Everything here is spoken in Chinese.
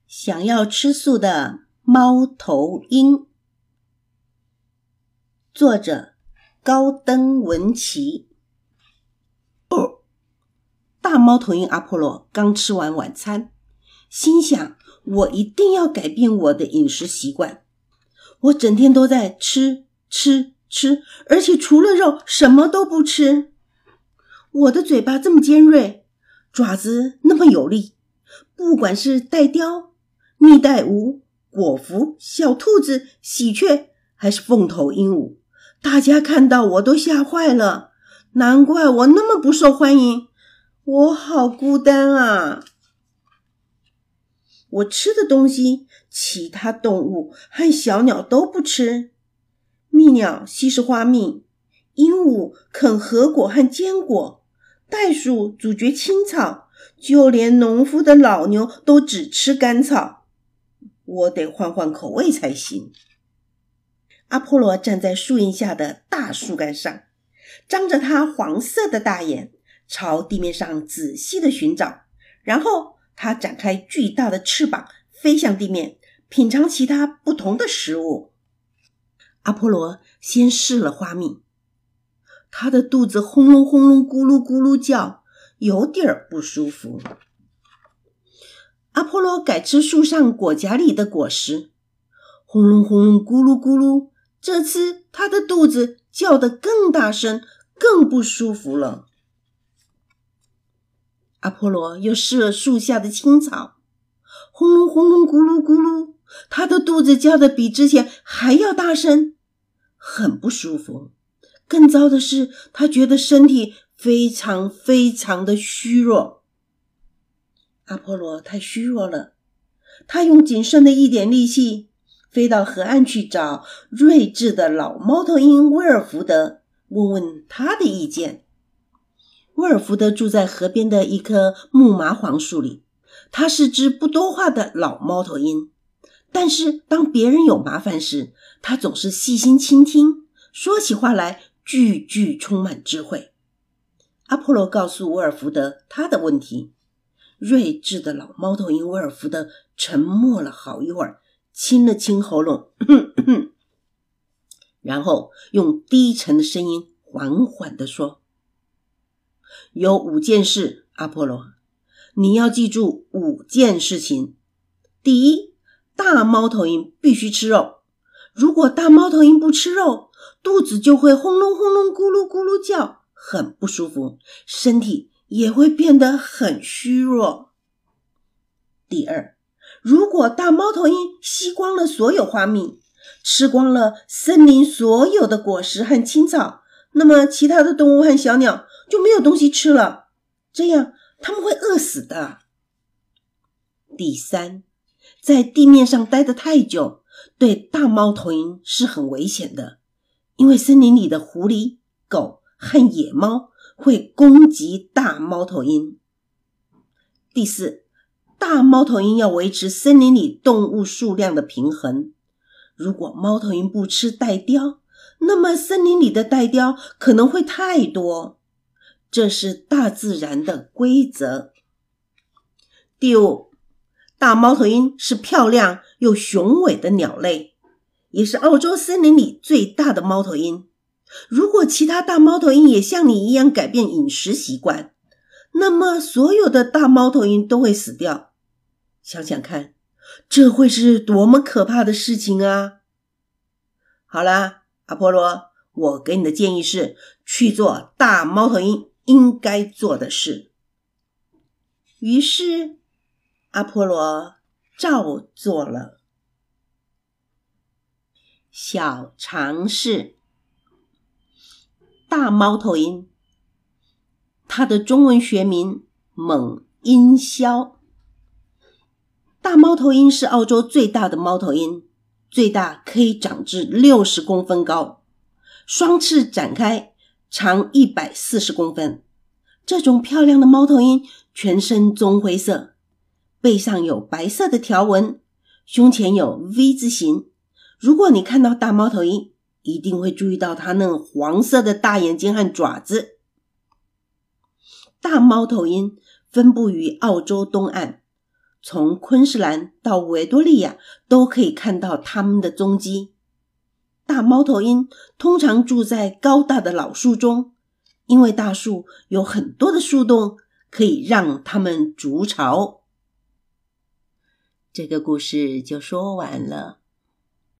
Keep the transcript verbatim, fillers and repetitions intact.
想要吃素的猫头鹰，作者高登文奇。哦，大猫头鹰阿波罗刚吃完晚餐，心想我一定要改变我的饮食习惯。我整天都在吃吃吃，而且除了肉什么都不吃。我的嘴巴这么尖锐，爪子那么有力，不管是带雕、蜜袋鼯、果蝠、小兔子、喜鹊还是凤头鹦鹉，大家看到我都吓坏了。难怪我那么不受欢迎，我好孤单啊。我吃的东西其他动物和小鸟都不吃，蜜鸟吸食花蜜，鹦鹉啃核果和坚果，袋鼠咀嚼青草，就连农夫的老牛都只吃干草。我得换换口味才行。阿波罗站在树荫下的大树干上，张着他黄色的大眼，朝地面上仔细的寻找，然后他展开巨大的翅膀，飞向地面，品尝其他不同的食物。阿波罗先试了花蜜，他的肚子轰隆轰隆咕噜咕噜叫，有点不舒服。阿波罗改吃树上果荚里的果实，轰隆轰隆咕噜咕噜，这次他的肚子叫得更大声，更不舒服了。阿波罗又试了树下的青草，轰隆轰隆咕噜咕噜，他的肚子叫得比之前还要大声，很不舒服。更糟的是，他觉得身体非常非常的虚弱。阿波罗太虚弱了，他用仅剩的一点力气飞到河岸去找睿智的老猫头鹰威尔福德，问问他的意见。威尔福德住在河边的一棵木麻黄树里，他是只不多话的老猫头鹰，但是当别人有麻烦时，他总是细心倾听，说起话来句句充满智慧。阿波罗告诉威尔福德他的问题，睿智的老猫头鹰威尔福德沉默了好一会儿，清了清喉咙，咳咳，然后用低沉的声音缓缓地说，有五件事，阿波罗，你要记住五件事情。第一，大猫头鹰必须吃肉，如果大猫头鹰不吃肉，肚子就会轰隆轰隆咕噜咕噜叫，很不舒服，身体也会变得很虚弱。第二，如果大猫头鹰吸光了所有花蜜，吃光了森林所有的果实和青草，那么其他的动物和小鸟就没有东西吃了，这样它们会饿死的。第三，在地面上待得太久，对大猫头鹰是很危险的，因为森林里的狐狸、狗和野猫会攻击大猫头鹰。第四，大猫头鹰要维持森林里动物数量的平衡，如果猫头鹰不吃带雕，那么森林里的带雕可能会太多，这是大自然的规则。第五，大猫头鹰是漂亮又雄伟的鸟类，也是澳洲森林里最大的猫头鹰。如果其他大猫头鹰也像你一样改变饮食习惯，那么所有的大猫头鹰都会死掉。想想看，这会是多么可怕的事情啊！好啦，阿波罗，我给你的建议是去做大猫头鹰应该做的事。于是阿波罗照做了。小常识，大猫头鹰，它的中文学名猛鹰鸮。大猫头鹰是澳洲最大的猫头鹰，最大可以长至六十公分高，双翅展开，长一百四十公分。这种漂亮的猫头鹰全身棕灰色，背上有白色的条纹，胸前有 V 字形。如果你看到大猫头鹰，一定会注意到它那黄色的大眼睛和爪子。大猫头鹰分布于澳洲东岸， 从昆士兰到维多利亚都可以看到它们的踪迹。大猫头鹰通常住在高大的老树中，因为大树有很多的树洞，可以让它们筑巢。这个故事就说完了。